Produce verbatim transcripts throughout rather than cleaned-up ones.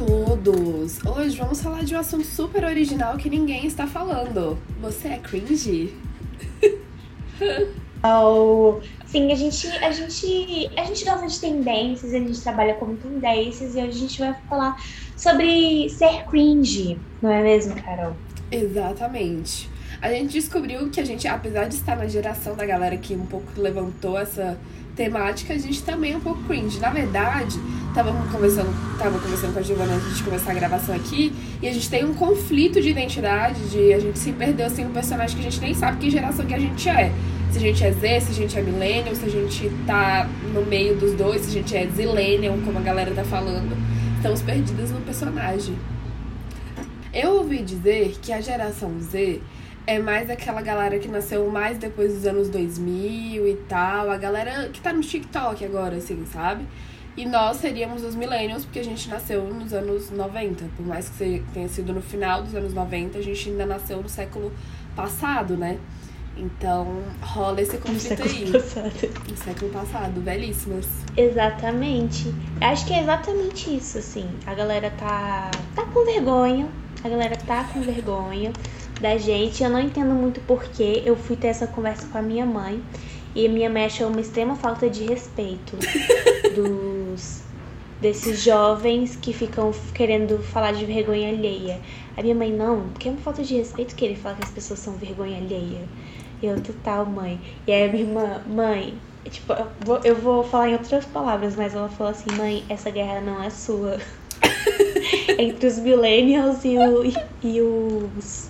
todos! Hoje vamos falar de um assunto super original que ninguém está falando. Você é cringe? Oh, sim, a gente, a gente, a gente gosta de tendências, a gente trabalha com tendências e hoje a gente vai falar sobre ser cringe, não é mesmo, Carol? Exatamente. A gente descobriu que a gente, apesar de estar na geração da galera que um pouco levantou essa temática, a gente também é um pouco cringe. Na verdade, tava conversando, tava conversando com a Giovana antes de começar a gravação aqui, e a gente tem um conflito de identidade, de a gente se perdeu assim um personagem que a gente nem sabe que geração que a gente é. Se a gente é Z, se a gente é millennial, se a gente tá no meio dos dois, se a gente é zillennial, como a galera tá falando. Estamos perdidas no personagem. Eu ouvi dizer que a geração Z é mais aquela galera que nasceu mais depois dos anos dois mil e tal, a galera que tá no TikTok agora, assim, sabe? E nós seríamos os millennials, porque a gente nasceu nos anos noventa. Por mais que tenha sido no final dos anos noventa, a gente ainda nasceu no século passado, né? Então, rola esse conflito aí. Passado. No século passado, belíssimas. Exatamente. Acho que é exatamente isso, assim. A galera tá, tá com vergonha. A galera tá com vergonha da gente. Eu não entendo muito porquê. Eu fui ter essa conversa com a minha mãe. E a minha mãe achou uma extrema falta de respeito dos, desses jovens que ficam querendo falar de vergonha alheia. A minha mãe, não, porque é uma falta de respeito querer falar que as pessoas são vergonha alheia. Eu, total, mãe. E aí a minha irmã, mãe, tipo, eu vou, eu vou falar em outras palavras, mas ela falou assim, mãe, essa guerra não é sua. Entre os millennials e, o, e, e os...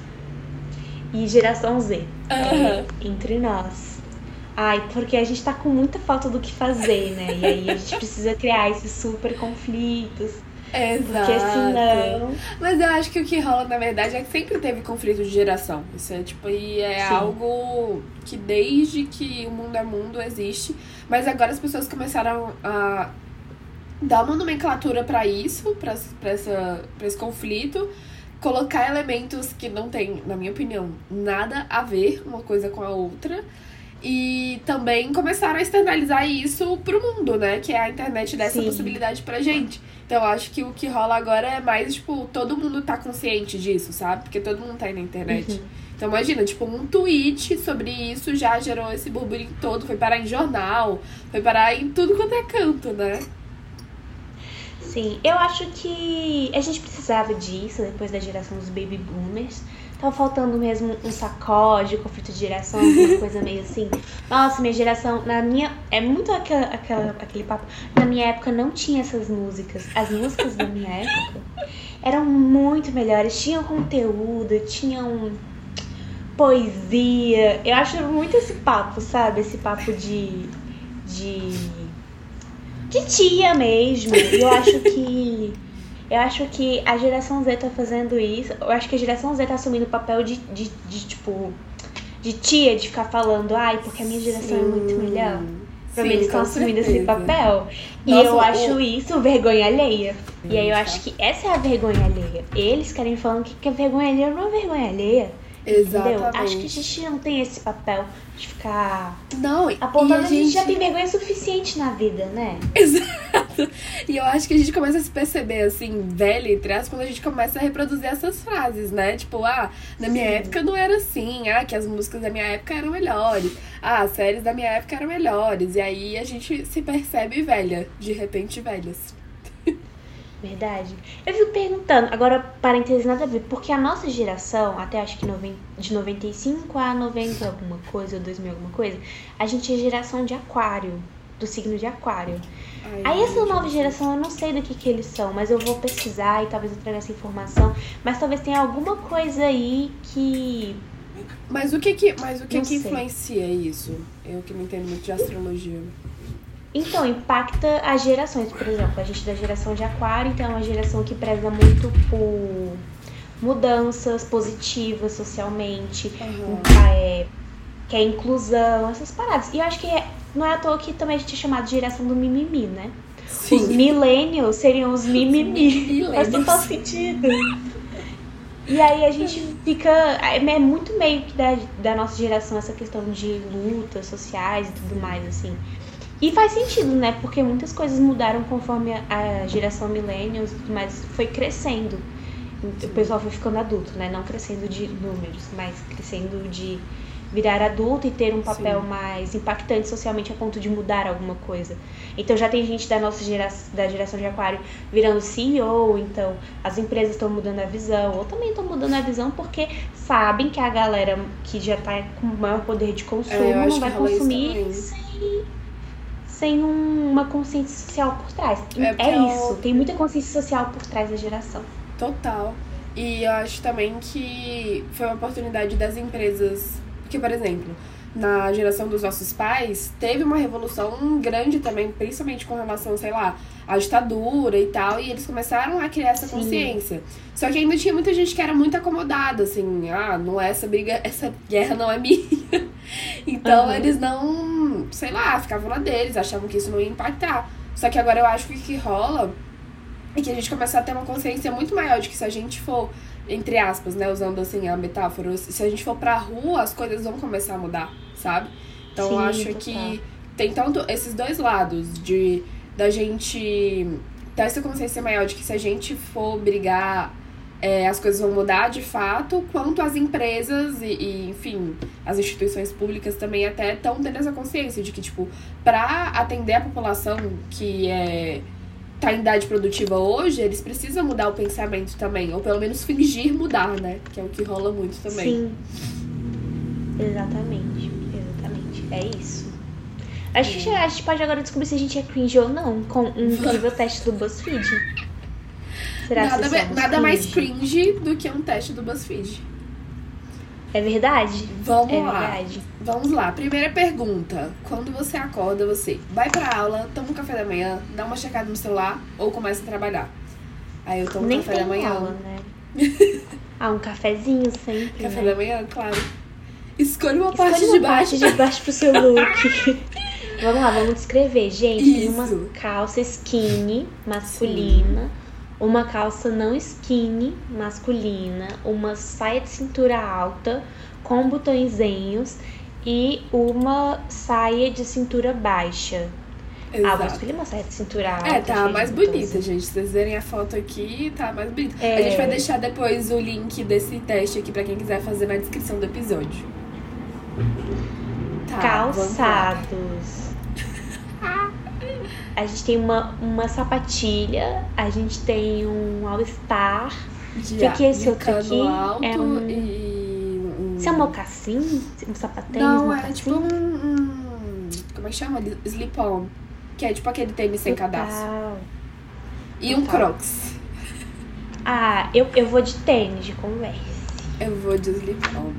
E geração Z. Uhum. É, entre nós. Ai, porque a gente tá com muita falta do que fazer, né? E aí a gente precisa criar esses super conflitos. Exato. Porque senão... Mas eu acho que o que rola, na verdade, é que sempre teve conflito de geração. Isso é, tipo, e é Sim. algo que desde que o mundo é mundo existe. Mas agora as pessoas começaram a dar uma nomenclatura pra isso, pra, pra, essa, pra esse conflito. Colocar elementos que não tem, na minha opinião, nada a ver uma coisa com a outra. E também começaram a externalizar isso pro mundo, né? Que é a internet dessa Sim. possibilidade pra gente. Então eu acho que o que rola agora é mais, tipo, todo mundo tá consciente disso, sabe? Porque todo mundo tá aí na internet. Uhum. Então imagina, tipo, um tweet sobre isso já gerou esse burburinho todo. Foi parar em jornal, foi parar em tudo quanto é canto, né? Sim, eu acho que a gente precisava disso depois da geração dos baby boomers. Tava faltando mesmo um sacode, um conflito de geração, uma coisa meio assim. Nossa, minha geração, na minha... É muito aquela, aquela, aquele papo. Na minha época não tinha essas músicas. As músicas da minha época eram muito melhores. Tinham conteúdo, tinham poesia. Eu acho muito esse papo, sabe? Esse papo de... De, de tia mesmo. E eu acho que... Eu acho que a geração Z tá fazendo isso. Eu acho que a geração Z tá assumindo o papel de, de, de tipo, de tia, de ficar falando, ai, porque a minha geração Sim. é muito melhor. Pra Sim, mim, eles estão com assumindo certeza. esse papel. E Nossa, eu o- acho isso vergonha alheia. E aí eu Tá. acho que essa é a vergonha alheia. Eles querem falar que, que a vergonha alheia não é vergonha alheia. Entendeu? Exatamente. Acho que a gente não tem esse papel de ficar Não, e apontando. a A gente gente... já tem vergonha suficiente na vida, né? Exato. E eu acho que a gente começa a se perceber, assim, velha, entre aspas, quando a gente começa a reproduzir essas frases, né? Tipo, ah, na minha Sim. época não era assim. Ah, que as músicas da minha época eram melhores. Ah, as séries da minha época eram melhores. E aí a gente se percebe velha, de repente velhas. Verdade. Eu fico perguntando, agora parênteses nada a ver, porque a nossa geração, até acho que noven- de noventa e cinco a noventa alguma coisa, ou dois mil alguma coisa, a gente é geração de aquário, do signo de aquário. Ai, Aí essa gente, nova geração, eu não sei do que que eles são, mas eu vou pesquisar e talvez eu traga essa informação, mas talvez tenha alguma coisa aí que... Mas o que que, mas o que, Não que sei. influencia isso? Eu que não entendo muito de astrologia. Então, impacta as gerações, por exemplo, a gente é da geração de aquário, então é uma geração que preza muito por mudanças positivas socialmente, Uhum. é, que é inclusão, essas paradas. E eu acho que é, não é à toa que também a gente é chamado de geração do mimimi, né? Sim. Os millennials seriam os mimimi. Faz Millennials. total sentido. E aí a gente fica... É é muito meio que da, da nossa geração essa questão de lutas sociais e tudo mais, assim. E faz sentido, né? Porque muitas coisas mudaram conforme a, a geração millennials, mas foi crescendo. O pessoal foi ficando adulto, né? Não crescendo de números, mas crescendo de virar adulto e ter um papel Sim. mais impactante socialmente a ponto de mudar alguma coisa. Então já tem gente da nossa geração, da geração de aquário virando C E O, então as empresas estão mudando a visão, ou também estão mudando a visão porque sabem que a galera que já está com maior poder de consumo é, não vai consumir sem, sem uma consciência social por trás. É, é isso, eu... tem muita consciência social por trás da geração. Total. E eu acho também que foi uma oportunidade das empresas. Porque, por exemplo, na geração dos nossos pais, teve uma revolução grande também, principalmente com relação, sei lá, à ditadura e tal. E eles começaram a criar essa consciência. Sim. Só que ainda tinha muita gente que era muito acomodada, assim. Ah, não é essa briga, essa guerra não é minha. Então, uhum. eles não, sei lá, ficavam lá deles, achavam que isso não ia impactar. Só que agora eu acho que o que rola... E que a gente começa a ter uma consciência muito maior de que se a gente for, entre aspas, né, usando assim a metáfora, se a gente for pra rua, as coisas vão começar a mudar, sabe? Então Sim, eu acho total. que tem tanto esses dois lados de da gente ter essa consciência maior de que se a gente for brigar, é, as coisas vão mudar de fato, quanto as empresas e, e enfim, as instituições públicas também até estão tendo essa consciência de que, tipo, pra atender a população que é... tá em idade produtiva hoje, eles precisam mudar o pensamento também. Ou pelo menos fingir mudar, né? Que é o que rola muito também. Sim. Exatamente. Exatamente. É isso. Acho que a gente pode agora descobrir se a gente é cringe ou não com um incrível teste do BuzzFeed. Será nada que nada cringe? Mais cringe do que um teste do BuzzFeed. É verdade? Vamos é lá. Verdade. Vamos lá. Primeira pergunta. Quando você acorda, você vai pra aula, toma um café da manhã, dá uma checada no celular ou começa a trabalhar? Aí eu tomo Nem café da manhã. Aula, né? ah, um cafezinho sempre. Café né? da manhã, claro. Escolha uma Escolha parte uma de baixo. parte de baixo pro seu look. Vamos lá, vamos descrever. Gente, Isso. tem uma calça skinny masculina. Sim. Uma calça não skinny masculina, uma saia de cintura alta com botõezinhos e uma saia de cintura baixa. Exato. Ah, vou escolher uma saia de cintura alta. É, tá mais bonita, gente. Se vocês verem a foto aqui, tá mais bonita. É. A gente vai deixar depois o link desse teste aqui pra quem quiser fazer na descrição do episódio. Tá, calçados. A gente tem uma, uma sapatilha, a gente tem um All-Star. O que, que é esse outro aqui? Alto é um... e um... Isso é um mocassim? Um sapatênis? Não, mocassim? é tipo um, um... Como é que chama? Slip-on. Que é tipo aquele tênis sem cadastro. E um Crocs. Ah, eu, eu vou de tênis, de Converse. Eu vou de slip-on.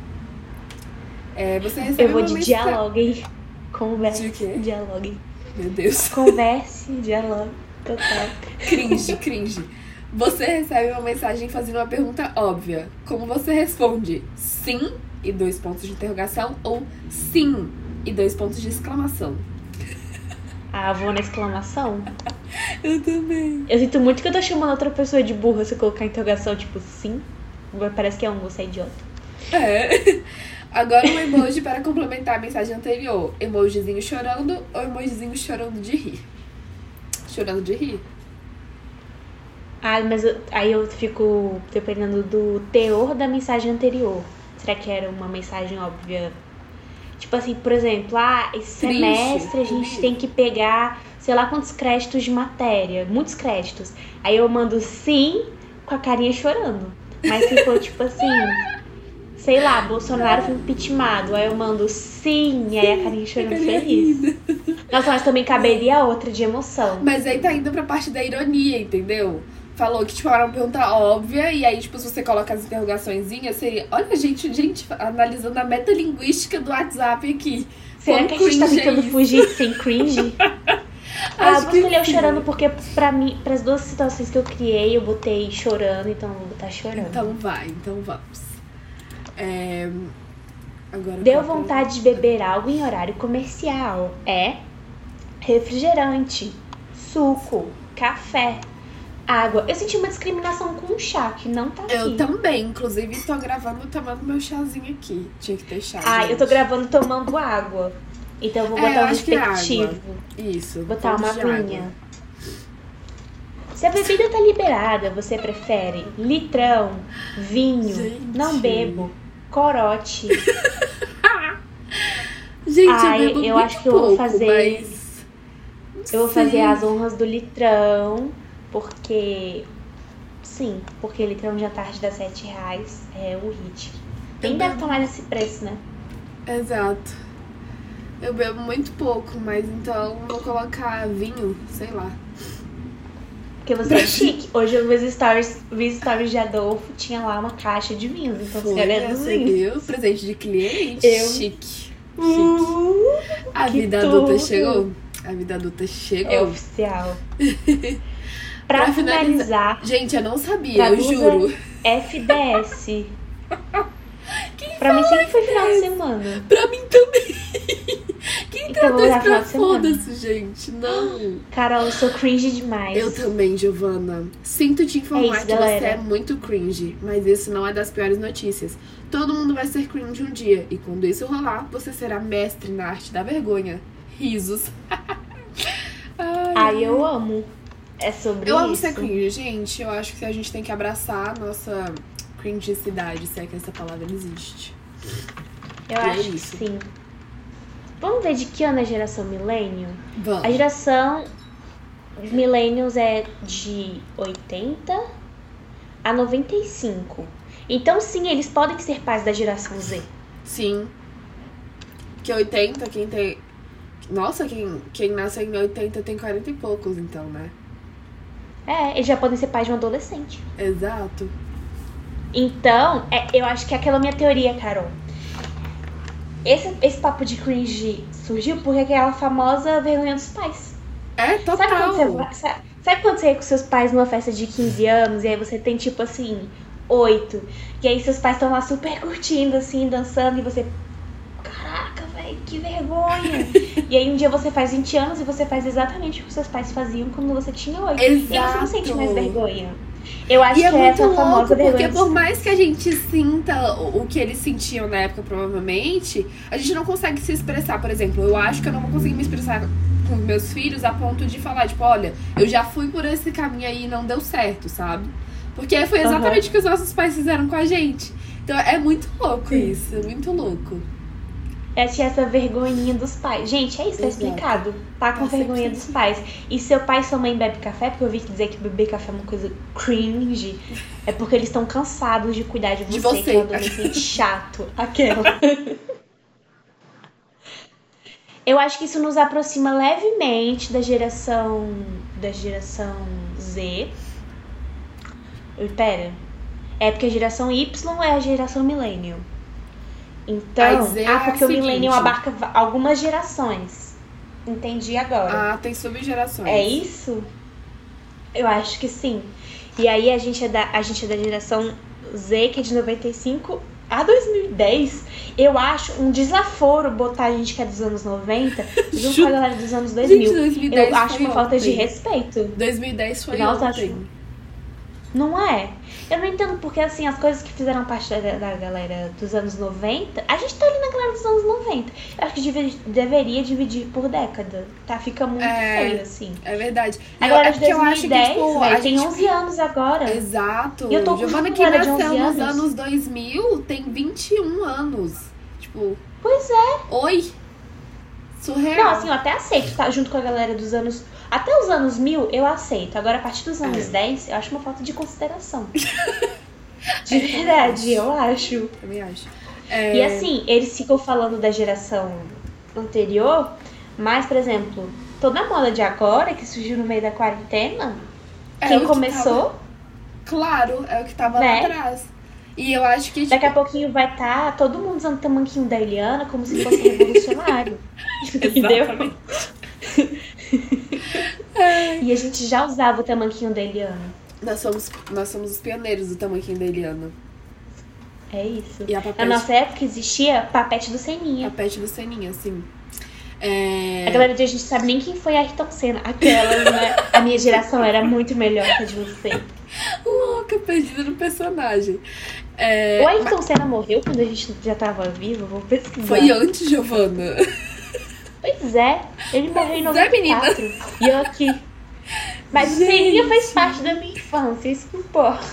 É, você recebe Eu vou uma de mensagem... Dialogue. Converse. De quê? Dialogue. Meu Deus. Converse, dialogue, total. Cringe, cringe. Você recebe uma mensagem fazendo uma pergunta óbvia. Como você responde? Sim e dois pontos de interrogação ou sim e dois pontos de exclamação? Ah, vou na exclamação. Eu também. Eu sinto muito que eu tô chamando outra pessoa de burra se eu colocar interrogação, tipo, sim. Parece que é um, você é idiota. É. Agora um emoji para complementar a mensagem anterior. Emojizinho chorando ou emojizinho chorando de rir? Chorando de rir. Ah, mas eu, aí eu fico dependendo do teor da mensagem anterior. Será que era uma mensagem óbvia? Tipo assim, por exemplo, ah, esse Triste, semestre a gente triste. tem que pegar, sei lá quantos créditos de matéria. Muitos créditos. Aí eu mando sim com a carinha chorando. Mas se for tipo assim... Sei lá, Bolsonaro foi impeachmentado. Aí eu mando sim, e aí a carinha chorando feliz. Nossa, mas também caberia outra de emoção. Mas aí tá indo pra parte da ironia, entendeu? Falou que, tipo, era uma pergunta óbvia, e aí, tipo, se você coloca as interrogaçõezinhas, seria... Olha, gente, gente, analisando a metalinguística do WhatsApp aqui. Será Como que a gente tá tentando é fugir sem cringe? Ah, vou escolher eu chorando porque pra mim, pras duas situações que eu criei, eu botei chorando, então eu vou botar chorando. Então vai, então vamos. É... Agora Deu vontade de beber algo em horário comercial. É refrigerante, suco, café, água. Eu senti uma discriminação com o chá, que não tá aqui. Eu também, inclusive tô gravando tomando meu chazinho aqui. Tinha que ter chá. Ah, gente. eu tô gravando tomando água. Então eu vou É, botar eu um acho que é respectivo. água. Isso. Botar uma fonte de água. aguinha. Se a bebida tá liberada, você prefere litrão, vinho, Gente. não bebo, corote? Gente, Ai, eu bebo eu muito acho que eu vou pouco, fazer- mas... não Eu vou fazer sei. as honras do litrão, porque... Sim, porque litrão de tarde dá sete reais, é o hit. Nem Eu deve bebo- tomar esse preço, né? Exato. Eu bebo muito pouco, mas então vou colocar vinho, sei lá. Porque você é chique. Hoje eu vi os stories, vi os stories de Adolfo, tinha lá uma caixa de vinhos, então Foi, você é né? dos Você vinhos. viu? Presente de cliente. Eu- Chique. Chique. Uh, A que vida adulta tudo. chegou. A vida adulta chegou. É oficial. Pra, Pra finalizar- finalizar, Gente, eu não sabia, eu Traduza juro. F D S. Quem Pra mim fala sempre foi final de F D S? semana. Pra mim também. Quem Então eu vou traduz usar final pra de semana. foda-se, gente? Não. Carol, eu sou cringe demais. Eu também, Giovana. Sinto te informar É isso, que galera. você é muito cringe, mas isso não é das piores notícias. Todo mundo vai ser cringe um dia, e quando isso rolar, você será mestre na arte da vergonha. Risos. Ai, Ai, eu amo. É sobre eu isso. amo ser cringe, gente. Eu acho que a gente tem que abraçar a nossa cringicidade, se é que essa palavra existe. Eu E é acho isso. que sim. Vamos ver de que ano é a geração milênio? A Vamos. geração millennials é de oitenta a noventa e cinco. Então sim, eles podem ser pais da geração Z. Sim. Que oitenta, quem tem... Nossa, quem, quem nasceu em oitenta tem quarenta e poucos, então, né? É, eles já podem ser pais de um adolescente. Exato. Então, é, eu acho que é aquela minha teoria, Carol. Esse, esse papo de cringe surgiu porque é aquela famosa vergonha dos pais. É, Sabe quando, total. você, vai- sabe, sabe quando você ia com seus pais numa festa de quinze anos e aí você tem tipo assim, oito, e aí seus pais estão lá super curtindo, assim, dançando, e você. Caraca, velho, que vergonha! E aí um dia você faz vinte anos e você faz exatamente o que seus pais faziam quando você tinha oito. E aí você não Exato. sente mais vergonha. Eu acho E é que é muito essa famosa louco, porque vergonha. por dos- mais que a gente sinta o o que eles sentiam na época, provavelmente, a gente não consegue se expressar. Por exemplo, eu acho que eu não vou conseguir me expressar com meus filhos a ponto de falar, tipo, olha, eu já fui por esse caminho aí e não deu certo, sabe? Porque foi exatamente o que os nossos pais fizeram com a gente. Então é muito louco Sim. isso, é muito louco. É tinha essa vergonhinha dos pais. Gente, é isso, tá Exato. explicado. Tá com Tá vergonha cem por dos pais. E seu pai e sua mãe bebem café, porque eu vi dizer que beber café é uma coisa cringe. É porque eles estão cansados de cuidar de você, De você. que é um adolescente chato. Aquela. Eu acho que isso nos aproxima levemente da geração. Da geração Z. Eu- Pera. É porque a geração Y é a geração millennial. Então, A Z é ah, a porque o seguinte. millennial abarca va- algumas gerações. Entendi agora. Ah, tem subgerações. É isso? Eu acho que sim. E aí a gente é da, a gente é da geração Z, que é de noventa e cinco a dois mil e dez. Eu acho um desaforo botar a gente que é dos anos noventa junto com a galera dos anos dois mil. Gente, dois mil e dez Eu acho foi uma falta de ontem. respeito. dois mil e dez foi Nossa, ontem. acho- Não é? Eu não entendo porque, assim, as coisas que fizeram parte da, da galera dos anos noventa, a gente tá ali na galera dos anos noventa. Eu acho que deve- deveria dividir por década, tá? Fica muito É. feio, assim. É verdade. A Eu- galera é de porque eu dois mil acho e que, dez, tipo, velho, a tem gente... onze anos agora. Exato. E eu tô com Giovana, uma que galera de nasceu onze nos anos. anos dois mil tem vinte e um anos. Tipo, Pois é. oi? Surreal. Não, assim, eu até aceito, tá? Junto com a galera dos anos... Até os anos mil, eu aceito. Agora, a partir dos anos É. dez, eu acho uma falta de consideração. De verdade, eu acho. Também acho. É, E assim, eles ficam falando da geração anterior, mas, por exemplo, toda a moda de agora, que surgiu no meio da quarentena, é o quem que começou, tava- Claro, é o que tava Né? lá atrás. E eu acho que, tipo, daqui a pouquinho vai estar todo mundo usando o tamanquinho da Eliana como se fosse revolucionário. Entendeu? Exatamente. E a gente já usava o tamanquinho da Eliana. nós somos, nós somos os pioneiros do tamanquinho da Eliana. É isso. E a Na papete, nossa época existia papete do Seninha. papete do Seninha, assim. É... A galera de hoje a gente sabe nem quem foi Ayrton Senna. Aquela, né? A minha geração era muito melhor que a de você. Louca, perdida no personagem. É... O Ayrton Senna morreu quando a gente já tava vivo? Vou pesquisar. Foi antes, Giovana. Zé, ele morreu em Zé, noventa e quatro. E eu aqui. Mas o Seninha faz parte da minha infância, isso que importa.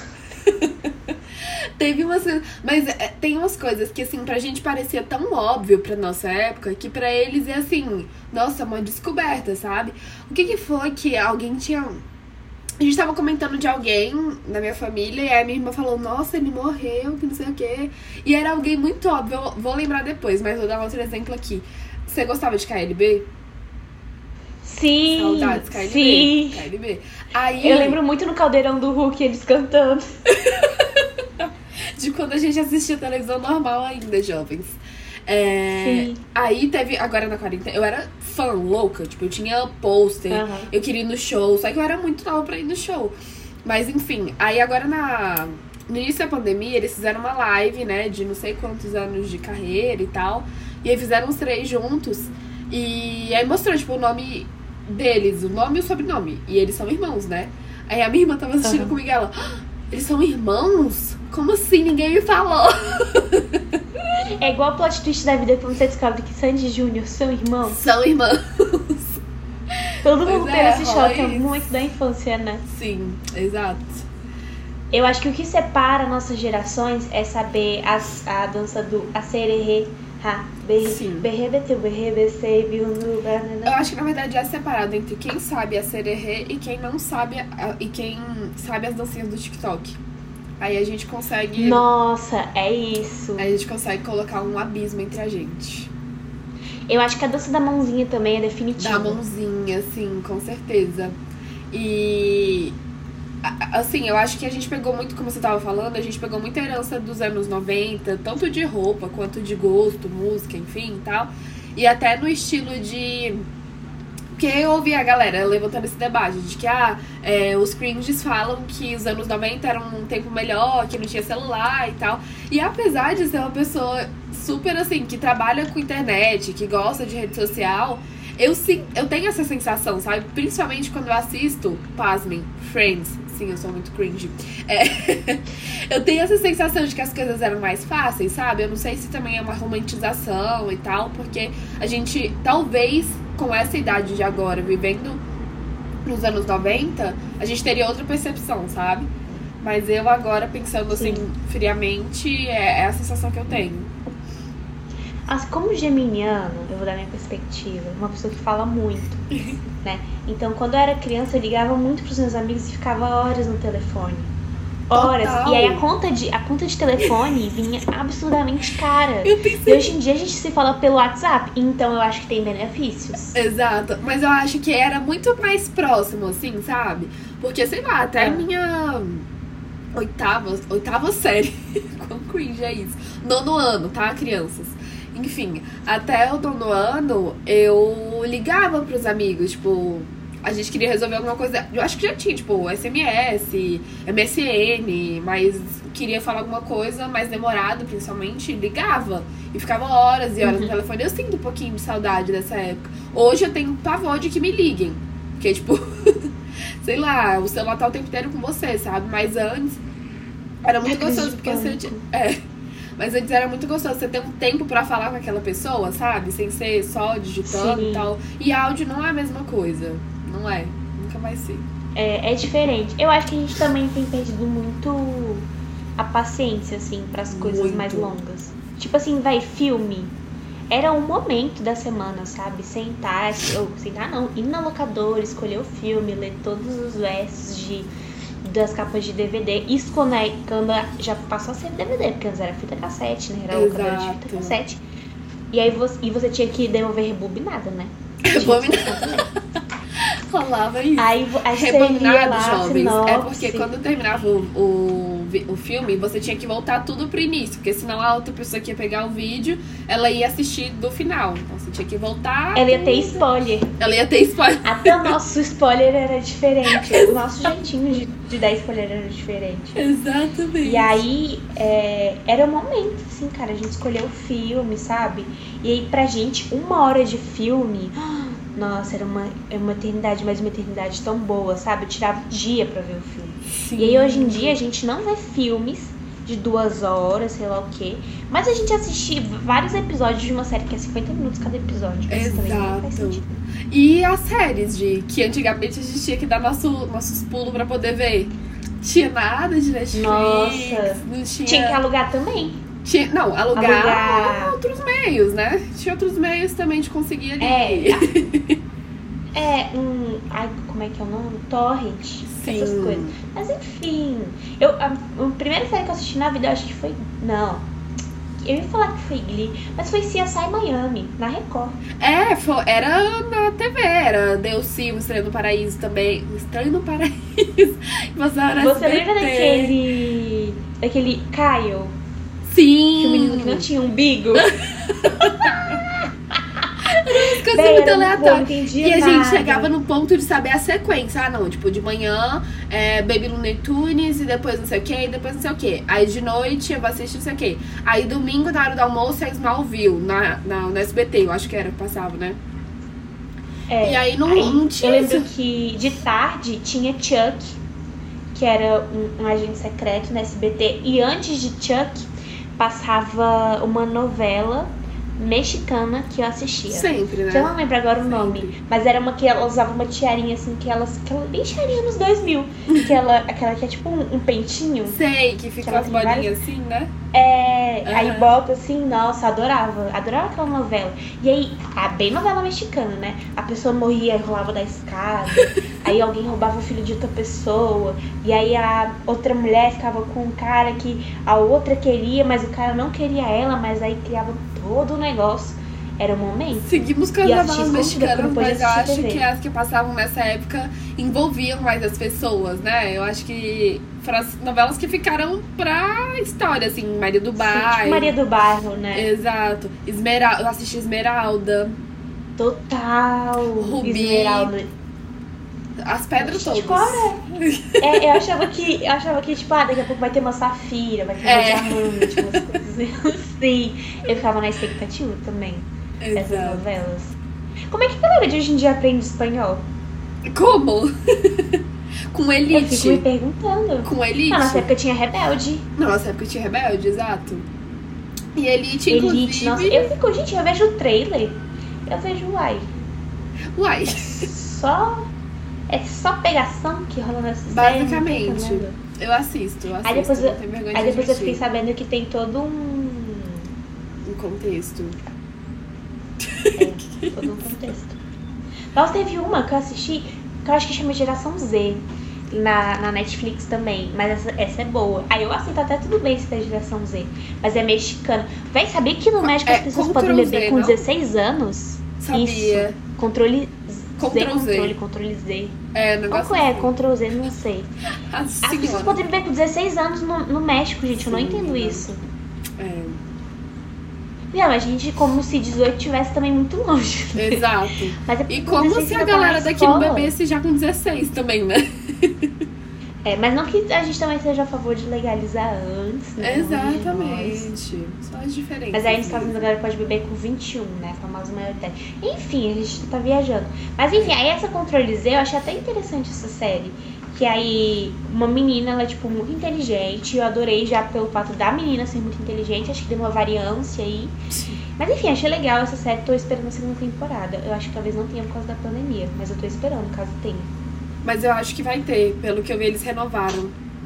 Teve umas... Mas é, tem umas coisas que, assim, pra gente parecia tão óbvio pra nossa época, que pra eles é assim, nossa, uma descoberta, sabe? O que que foi que alguém tinha... A gente tava comentando de alguém na minha família, e aí a minha irmã falou, nossa, ele morreu, que não sei o quê. E era alguém muito óbvio, eu vou lembrar depois, mas vou dar outro exemplo aqui. Você gostava de K L B? Sim, Saudades, K L B. sim. K L B. Aí, Eu lembro muito no Caldeirão do Hulk, eles cantando. de quando a gente assistia televisão normal ainda, jovens. É, Sim. Aí teve, agora na quarentena, eu era fã louca, tipo, eu tinha pôster, Aham. eu queria ir no show, só que eu era muito nova pra ir no show. Mas enfim, aí agora na, no início da pandemia, eles fizeram uma live, né, de não sei quantos anos de carreira e tal, e aí fizeram os três juntos, e aí mostrou, tipo, o nome deles, o nome e o sobrenome, e eles são irmãos, né? Aí a minha irmã tava assistindo Aham. comigo e ela, "Ah, eles são irmãos? Como assim? Ninguém me falou." É igual o plot twist da vida quando você descobre que Sandy e Júnior são irmãos. São irmãos. Todo Pois mundo é, teve esse rola choque, é isso. muito da infância, né? Sim, exato. Eu acho que o que separa nossas gerações é saber as, a dança do acererê, ha, berre, Sim. berre, beteu, berre, becei, viu, no, banana. Eu acho que na verdade é separado entre quem sabe a sererê e quem não sabe a, e quem sabe as dancinhas do TikTok. Aí a gente consegue. Nossa, é isso. Aí a gente consegue colocar um abismo entre a gente. Eu acho que a dança da mãozinha também é definitiva. Da mãozinha, sim, com certeza. E a- assim, eu acho que a gente pegou muito, como você tava falando, a gente pegou muita herança dos anos noventa, tanto de roupa quanto de gosto, música, enfim e tal. E até no estilo de. Porque eu ouvi a galera levantando esse debate de que ah, é, os cringes falam que os anos noventa eram um tempo melhor, que não tinha celular e tal. E apesar de ser uma pessoa super assim, que trabalha com internet, que gosta de rede social, eu sim, eu tenho essa sensação, sabe? Principalmente quando eu assisto, pasmem, Friends. Sim, eu sou muito cringe. É, eu tenho essa sensação de que as coisas eram mais fáceis, sabe? Eu não sei se também é uma romantização e tal, porque a gente, talvez, com essa idade de agora, vivendo nos anos noventa, a gente teria outra percepção, sabe? Mas eu agora, pensando assim, Sim. friamente, é, é a sensação que eu tenho. Mas como geminiano, eu vou dar minha perspectiva, uma pessoa que fala muito, né? Então, quando eu era criança, eu ligava muito pros meus amigos e ficava horas no telefone. Horas. Total. E aí a conta de, a conta de telefone vinha absurdamente cara. Eu E pensei. hoje em dia a gente se fala pelo WhatsApp, então eu acho que tem benefícios. Exato, mas eu acho que era muito mais próximo, assim, sabe? Porque, sei lá, até a É. minha oitava, oitava série, quão cringe é isso? Nono ano, tá, crianças? Enfim, até o nono ano, eu ligava pros amigos, tipo, a gente queria resolver alguma coisa, eu acho que já tinha, tipo, S M S, M S N, mas queria falar alguma coisa mais demorado, principalmente, ligava. E ficava horas e horas Uhum. no telefone. Eu sinto um pouquinho de saudade dessa época. Hoje eu tenho pavor de que me liguem. Porque, tipo, sei lá, o celular tá o tempo inteiro com você, sabe? Mas antes era muito É crise gostoso, de porque você pânico. tinha. É. Mas antes era muito gostoso você ter um tempo pra falar com aquela pessoa, sabe? Sem ser só digitando Sim. e tal. E áudio não é a mesma coisa. Não é. Nunca vai ser. É, é diferente. Eu acho que a gente também tem perdido muito a paciência, assim, pras coisas Muito. mais longas. Tipo assim, vai, filme. Era um momento da semana, sabe? Sentar, ou sentar não, ir na locadora, escolher o filme, ler todos os versos de, das capas de D V D. Isso quando, é, quando já passou a ser D V D, porque antes era fita cassete, né? Era locadora de fita Exato. cassete. E aí você, e você tinha que devolver rebobinada, né? Tinha Rebobinada. essa opção também. Rolava isso. Aí, vo- aí você lia Rebobinado, lá, jovens. sinopse. É porque quando terminava o, o, vi- o filme, você tinha que voltar tudo pro início. Porque senão a outra pessoa que ia pegar o vídeo, ela ia assistir do final. Então você tinha que voltar. Ela ia ter tudo. spoiler. Ela ia ter spoiler. Até o nosso spoiler era diferente. O nosso jeitinho de, de dar spoiler era diferente. Exatamente. E aí, é, era o momento, assim, cara, a gente escolheu o filme, sabe? E aí, pra gente, uma hora de filme, nossa, era uma, era uma eternidade, mas uma eternidade tão boa, sabe? Eu tirava um dia pra ver o filme. Sim. E aí, hoje em dia, a gente não vê filmes de duas horas, sei lá o quê. Mas a gente assistir vários episódios de uma série que é cinquenta minutos cada episódio. Isso também não faz Exato. sentido. E as séries de que antigamente a gente tinha que dar nosso, nossos pulos pra poder ver. Tinha nada de Netflix. Nossa. Não tinha. Tinha que alugar também. Tinha, não, alugar, Alugar. outros meios, né? Tinha outros meios também de conseguir ali. É. É, um. Ai, como é que é o nome? Torrent. Sim. Essas coisas. Mas enfim. Eu, a, a primeira série que eu assisti na vida, eu acho que foi. Não. Eu ia falar que foi Glee, mas foi C S I Miami, na Record. É, foi, era na T V, era Deus Sim, Estranho no Paraíso também. Estranho no Paraíso. Você, Você lembra daquele. daquele Kyle? Sim. Que o menino que não tinha umbigo? Coisa Bem, muito era muito aleatória. bom, não entendia E a nada. gente chegava no ponto de saber a sequência. Ah, não, tipo, de manhã, é, Baby Looney Tunes, e depois não sei o que, e depois não sei o que. Aí de noite eu vou assistir não sei o que. Aí domingo, na hora do almoço, é Smallville, na, na, no S B T, eu acho que era que passava, né? É, E aí não, aí não tinha eu lembro isso. que de tarde tinha Chuck, que era um, um agente secreto no S B T. E antes de Chuck, passava uma novela mexicana que eu assistia. Sempre, né? Eu não lembro agora o Sempre. nome, mas era uma que ela usava uma tiarinha assim, que ela, que ela bem tiarinha nos dois mil. Que ela, aquela que é tipo um, um pentinho. Sei, que fica Ela as tem bolinhas várias- assim, né? É, aí Aham. bota assim, nossa, adorava, adorava aquela novela. E aí, a bem novela mexicana, né? A pessoa morria e rolava da escada, aí alguém roubava o filho de outra pessoa, e aí a outra mulher ficava com um cara que a outra queria, mas o cara não queria ela, mas aí criava todo o negócio. Era o momento. Seguimos com as E assistir novelas escondida, porque mexicanas, não podia mas eu assistir acho T V. que as que passavam nessa época envolviam mais as pessoas, né? Eu acho que foram as novelas que ficaram pra história, assim, Maria do Sim, Bairro. tipo Maria do Bairro, né? Exato. Esmeralda, eu assisti Esmeralda, Total. Rubi. Esmeralda. as pedras Gente, todas. qual É, eu achava que, eu achava que, tipo, ah, daqui a pouco vai ter uma safira, vai ter uma É. diamante, umas coisas assim. Eu ficava na expectativa também dessas Exato. novelas. Como é que a galera de hoje em dia aprende espanhol? Como? Com Eu fico me Elite. perguntando. Com Elite. Na nossa época tinha Rebelde. Na nossa época tinha Rebelde, exato. E Elite, Elite, inclusive... nossa. Eu fico, gente, eu vejo o trailer. Eu vejo, uai. Uai, Só. É só pegação que rola nessa série. não tô basicamente. entendendo. Eu assisto, eu assisto. Aí depois, eu, não tenho vergonha aí de depois eu fiquei admitir. sabendo que tem todo um. Um contexto. É, todo um contexto. Nossa, teve uma que eu assisti, que eu acho que chama Geração Z, na, na Netflix também, mas essa, essa é boa. Aí eu aceito até tudo bem se der Geração Z, mas é mexicana. Véi, sabia que no México É, as pessoas Ctrl podem beber Z, com não? dezesseis anos? Sabia. Isso. Controle Z, Ctrl Z. controle, controle Z. É, o negócio Qual é? assim. Ctrl Z, não sei. A As pessoas senhora. podem beber com dezesseis anos no, no México, gente, eu não Sim, entendo né? isso. É, Não, a gente, como se dezoito estivesse também muito longe. exato. Mas é E porque como dezesseis se a ainda tá na galera daqui não escola. bebesse já com dezesseis também, né? É, mas não que a gente também seja a favor de legalizar antes, né? Longe de nós. Exatamente. Só as diferenças. Mas aí nos Estados mesmo. Unidos a galera pode beber com vinte e um, né? A famosa maioridade. Enfim, a gente tá viajando. Mas enfim, aí essa Controle Z, eu achei até interessante essa série. Que aí uma menina, ela é tipo muito inteligente. Eu adorei já pelo fato da menina ser muito inteligente. Acho que deu uma variância aí. Mas enfim, achei legal essa série. Tô esperando a segunda temporada. Eu acho que talvez não tenha por causa da pandemia. Mas eu tô esperando, caso tenha. Mas eu acho que vai ter. Pelo que eu vi, eles renovaram.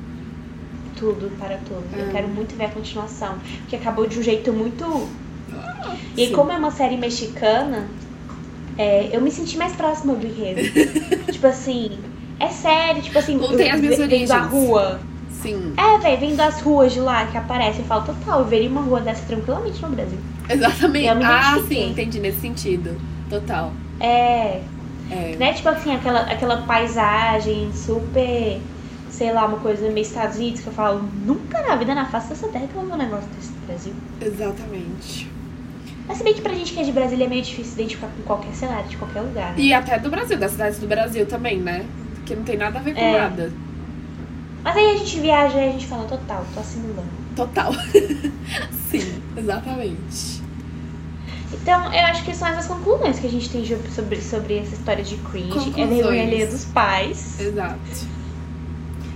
Tudo para todos. Eu Ah. quero muito ver a continuação. Porque acabou de um jeito muito. E aí, Sim. como é uma série mexicana, é, eu me senti mais próxima do enredo. Tipo assim, é sério, tipo assim, Voltei às minhas vem vem da origens. rua. Sim, É, velho, vem das ruas de lá que aparece. Eu falo, total, eu veria uma rua dessa tranquilamente no Brasil. exatamente. Eu me Ah, identifiquei. sim, entendi nesse sentido. Total. É, É. né? Tipo assim, aquela, aquela paisagem super, sei lá, uma coisa meio Estados Unidos que eu falo, nunca na vida, na face dessa terra que eu vou ver um negócio desse no Brasil. Exatamente. Mas se bem que pra gente que é de Brasília é meio difícil se identificar com qualquer cenário, de qualquer lugar, né? E até do Brasil, das cidades do Brasil também, né? Porque não tem nada a ver com É. nada. Mas aí a gente viaja e a gente fala, total, tô assimilando. Total. Sim, exatamente. Então, eu acho que são essas conclusões que a gente tem sobre, sobre essa história de cringe. É Conclusões. vergonha alheia dos pais. Exato.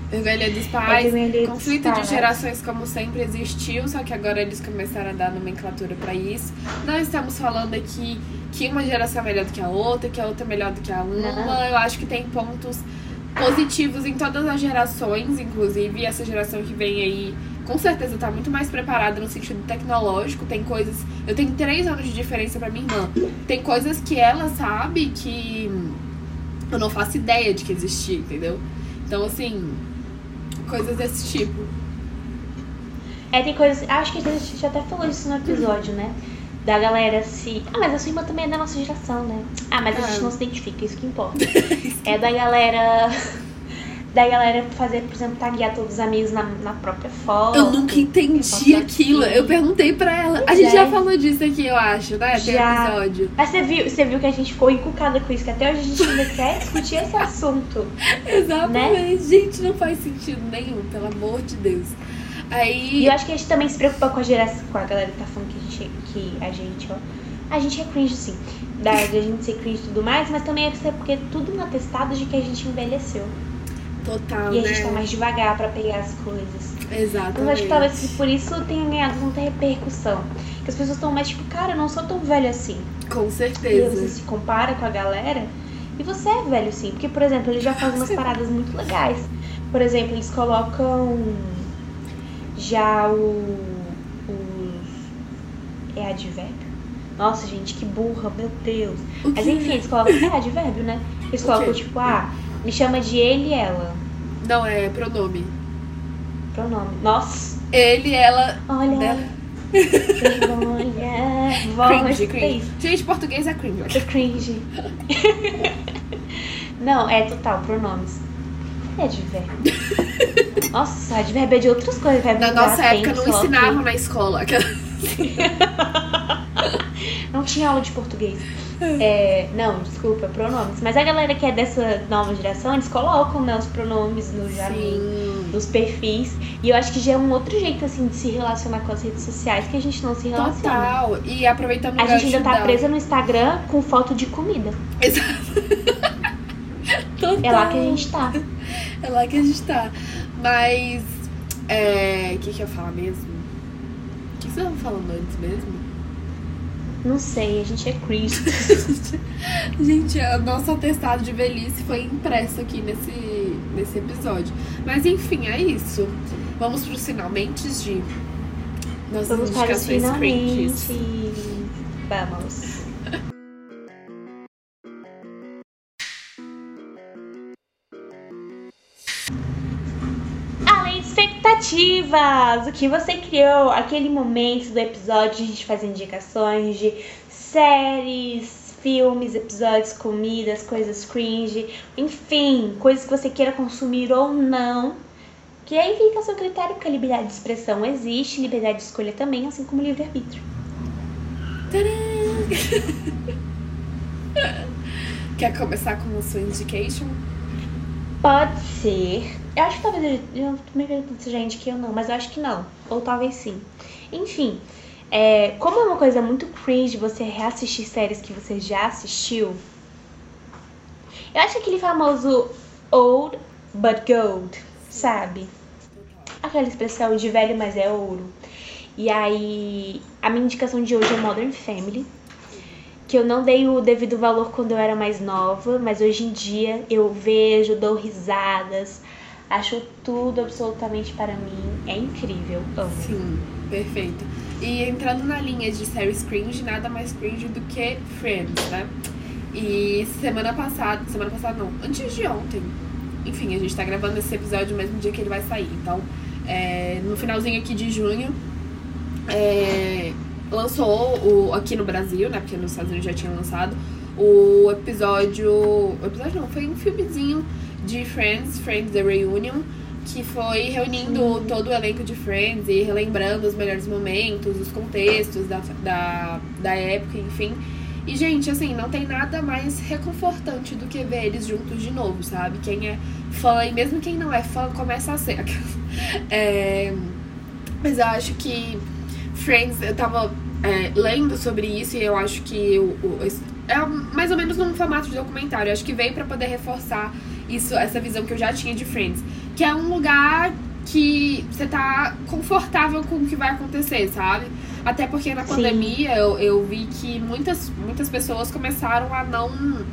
Vergonha dos É pais, vergonha alheia dos conflito pais. de gerações como sempre existiu, só que agora eles começaram a dar nomenclatura pra isso. Não estamos falando aqui que uma geração é melhor do que a outra, que a outra é melhor do que a uma. Não. Eu acho que tem pontos positivos em todas as gerações, inclusive essa geração que vem aí com certeza tá muito mais preparada no sentido tecnológico. Tem coisas... Eu tenho três anos de diferença pra minha irmã. Tem coisas que ela sabe que eu não faço ideia de que existia, entendeu? Então, assim, coisas desse tipo. É, tem coisas... Acho que a gente já até falou isso no episódio, né? Da galera se... Ah, mas a sua irmã também é da nossa geração, né? Ah, mas a gente Ah. não se identifica, isso que importa. É da galera... Da galera fazer, por exemplo, taguear todos os amigos na, na própria foto. Eu nunca entendi Foto aquilo. aqui. Eu perguntei pra ela. A Pois gente é. já falou disso aqui, eu acho, né? Tem Já. episódio. Mas você viu, você viu que a gente ficou encucada com isso, que até hoje a gente ainda quer discutir esse assunto. Exatamente. Gente, não faz sentido nenhum, pelo amor de Deus. Aí. E eu acho que a gente também se preocupa com a geração, com a galera que tá falando que a gente, que a gente, ó. A gente é cringe, sim. Da, da gente ser cringe e tudo mais, mas também é porque tudo um atestado de que a gente envelheceu. Total, E a né? gente tá mais devagar pra pegar as coisas. Exatamente. Então eu acho que talvez por isso tenha ganhado tanta repercussão. Que as pessoas estão mais tipo, cara, eu não sou tão velho assim. Com E aí você certeza. se compara com a galera e você é velho sim. Porque, por exemplo, eles já fazem umas paradas muito legais. Por exemplo, eles colocam já o. Os. É advérbio? Nossa, gente, que burra, meu Deus. O Mas quê? enfim, eles colocam. É advérbio, né? Eles O colocam quê? tipo, ah, me chama de ele e ela. Não, é pronome. Pronome. Nossa, Ele, ela. olha. Dela. Vergonha. Vamos Cringe, ter cringe. isso. Gente, português é cringe. É cringe. Não, é total, pronomes. É advérbio. Nossa, advérbio é de outras coisas. Verbo Na nossa usar época tem, não sei lá o quê. ensinavam na escola. Não tinha aula de português. É, não, desculpa, pronomes. Mas a galera que é dessa nova geração, eles colocam, né, os pronomes no, já no- Sim. nos perfis. E eu acho que já é um outro jeito, assim, de se relacionar com as redes sociais que a gente não se relaciona. Total. E aproveitando o A gente ainda gancho tá da- presa no Instagram com foto de comida. Exato. Total. É lá que a gente tá. É lá que a gente tá. Mas. É. O que, que eu ia falar mesmo? O que vocês estavam falando antes mesmo? Não sei, a gente é cringe. Gente, o nosso atestado de velhice foi impresso aqui nesse, nesse episódio. Mas enfim, é isso. Vamos pros finalmente de nossas Vamos para os indicações finalmente. cringes. Vamos. Além de expectativas, o que você criou, aquele momento do episódio de a gente fazer indicações de séries, filmes, episódios, comidas, coisas cringe, enfim, coisas que você queira consumir ou não. Que aí fica a seu critério, porque a liberdade de expressão existe, liberdade de escolha também, assim como livre-arbítrio. Quer começar com a sua indication? Pode ser. Eu acho que talvez eu, eu tô me perguntando se já indiquei ou não, mas eu acho que não. Ou talvez sim. Enfim, é, como é uma coisa muito cringe você reassistir séries que você já assistiu, eu acho aquele famoso old but gold, sabe? Aquela expressão de velho, mas é ouro. E aí, a minha indicação de hoje é Modern Family, que eu não dei o devido valor quando eu era mais nova, mas hoje em dia eu vejo, dou risadas, acho tudo absolutamente para mim, é incrível, amo. Sim, perfeito. E entrando na linha de séries cringe, nada mais cringe do que Friends, né? E semana passada, semana passada não, antes de ontem, enfim, a gente tá gravando esse episódio no mesmo dia que ele vai sair, então é, no finalzinho aqui de junho, é, lançou o, aqui no Brasil, né, porque nos Estados Unidos já tinha lançado, o episódio, o episódio não, foi um filmezinho de Friends, Friends The Reunion, que foi reunindo Sim. todo o elenco de Friends e relembrando os melhores momentos, os contextos da, da, da época, enfim. E, gente, assim, não tem nada mais reconfortante do que ver eles juntos de novo, sabe? Quem é fã, e mesmo quem não é fã, começa a ser. É, mas eu acho que Friends, eu tava é, lendo sobre isso e eu acho que o, o, é mais ou menos num formato de documentário. Eu acho que veio pra poder reforçar isso, essa visão que eu já tinha de Friends. que é um lugar que você tá confortável com o que vai acontecer, sabe? Até porque na pandemia eu, eu vi que muitas, muitas pessoas começaram a não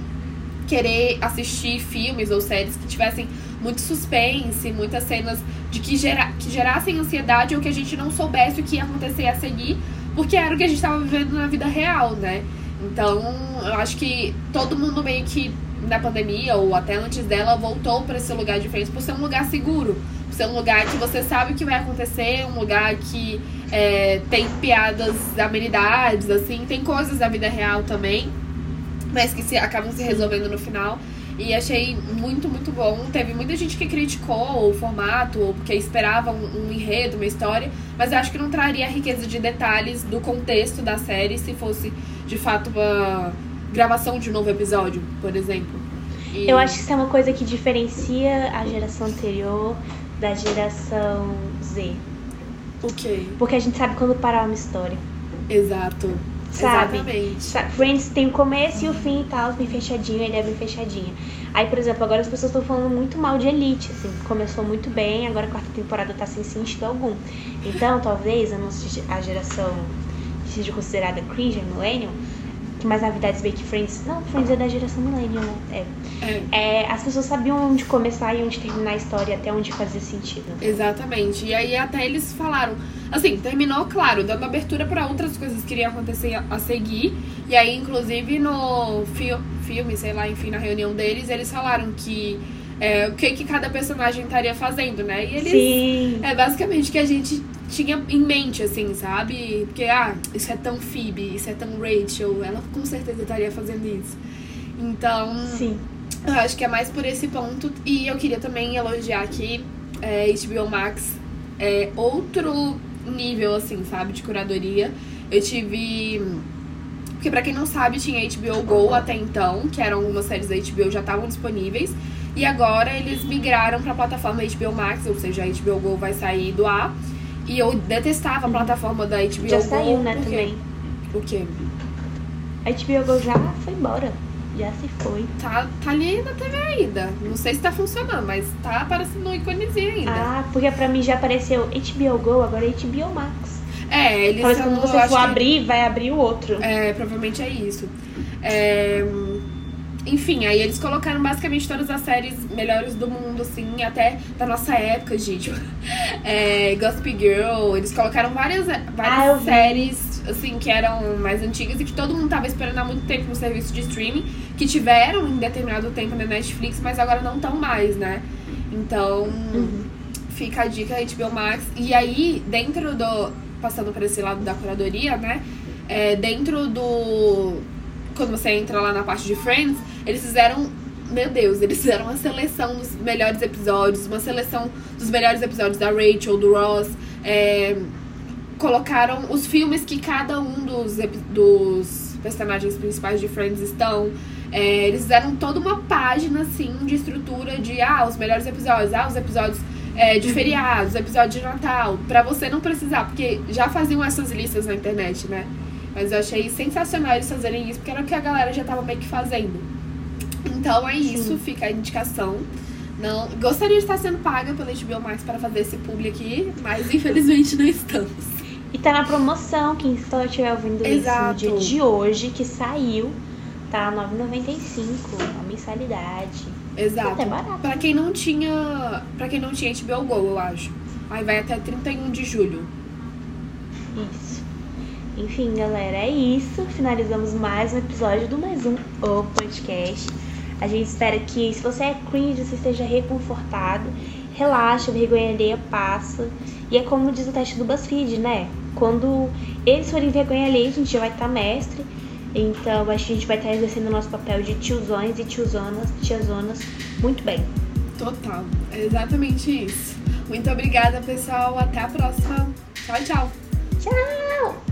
querer assistir filmes ou séries que tivessem muito suspense, muitas cenas de que, gera, que gerassem ansiedade ou que a gente não soubesse o que ia acontecer a seguir, porque era o que a gente estava vivendo na vida real, né? Então, eu acho que todo mundo meio que na pandemia ou até antes dela voltou para esse lugar de Friends por ser um lugar seguro, por ser um lugar que você sabe o que vai acontecer, um lugar que é, tem piadas, amenidades, assim, tem coisas da vida real também, mas que se, acabam se resolvendo no final. E achei muito, muito bom. Teve muita gente que criticou o formato, ou porque esperava um, um enredo, uma história, mas eu acho que não traria a riqueza de detalhes do contexto da série se fosse, de fato, uma gravação de um novo episódio, por exemplo. E... eu acho que isso é uma coisa que diferencia a geração anterior da geração Z. O quê? Porque a gente sabe quando parar uma história. Exato. Sabe? Exatamente. Friends tem o começo e o fim e tal, bem fechadinho, ele é bem fechadinho. Aí, por exemplo, agora as pessoas estão falando muito mal de Elite, assim, começou muito bem, agora a quarta temporada tá sem sentido algum. Então, talvez a nossa a geração que seja considerada cringe, millennial, que mais na verdade se vê que Friends... Não, Friends é da geração millennial, né? É. É. É, as pessoas sabiam onde começar e onde terminar a história, até onde fazia sentido. Exatamente. E aí até eles falaram... Assim, terminou, claro, dando abertura para outras coisas que iriam acontecer a, a seguir. E aí, inclusive, no fi- filme, sei lá, enfim, na reunião deles, eles falaram que... É, o que, que cada personagem estaria fazendo, né? E eles... Sim. É basicamente o que a gente tinha em mente, assim, sabe? Porque, ah, isso é tão Phoebe, isso é tão Rachel, ela com certeza estaria fazendo isso. Então... Sim. Eu acho que é mais por esse ponto. E eu queria também elogiar aqui é, H B O Max. É outro nível, assim, sabe, de curadoria. Eu tive... Porque pra quem não sabe, tinha H B O Go até então, que eram algumas séries da H B O já estavam disponíveis. E agora eles migraram pra plataforma H B O Max, ou seja, a H B O Go vai sair do ar. E eu detestava a plataforma da H B O já Go. Já saiu, né, porque... também. O quê? A H B O Go já foi embora. Já se foi. Tá, tá ali na T V ainda. Não sei se tá funcionando, mas tá aparecendo um íconezinho ainda. Ah, porque pra mim já apareceu H B O Go, agora é H B O Max. É, eles Talvez são, quando você for abrir, que... vai abrir o outro. É, provavelmente é isso. É... Enfim, aí eles colocaram basicamente todas as séries melhores do mundo, assim, até da nossa época, gente. É, Gossip Girl, eles colocaram várias, várias ah, séries, assim, que eram mais antigas e que todo mundo tava esperando há muito tempo no serviço de streaming, que tiveram em determinado tempo na Netflix, mas agora não estão mais, né? Então, uhum. Fica a dica H B O Max. E aí, dentro do... Passando por esse lado da curadoria, né? É, dentro do... Quando você entra lá na parte de Friends, eles fizeram... Meu Deus, eles fizeram uma seleção dos melhores episódios, uma seleção dos melhores episódios da Rachel, do Ross. É, colocaram os filmes que cada um dos, dos personagens principais de Friends estão. É, eles fizeram toda uma página, assim, de estrutura de, ah, os melhores episódios, ah, os episódios é, de feriados, episódios de Natal, pra você não precisar, porque já faziam essas listas na internet, né? Mas eu achei sensacional eles fazerem isso, porque era o que a galera já tava meio que fazendo. Então é isso, sim. Fica a indicação. Não, gostaria de estar sendo paga pela H B O Max para fazer esse publi aqui, mas infelizmente não estamos. E tá na promoção, quem só estiver ouvindo Exato. Isso no dia de hoje, que saiu, tá nove reais e noventa e cinco centavos, a mensalidade. Exato. Até barato. Pra quem não tinha, pra quem não tinha H B O Go, eu acho. Aí vai até trinta e um de julho. Isso. Enfim, galera, é isso. Finalizamos mais um episódio do Mais Um O Podcast. A gente espera que, se você é cringe, você esteja reconfortado. Relaxa, vergonha alheia passa. E é como diz o teste do BuzzFeed, né? Quando eles forem vergonha alheia, a gente já vai estar mestre. Então, acho que a gente vai estar exercendo o nosso papel de tiozões e tiozonas, tiazonas muito bem. Total. É exatamente isso. Muito obrigada, pessoal. Até a próxima. Tchau, tchau. Tchau!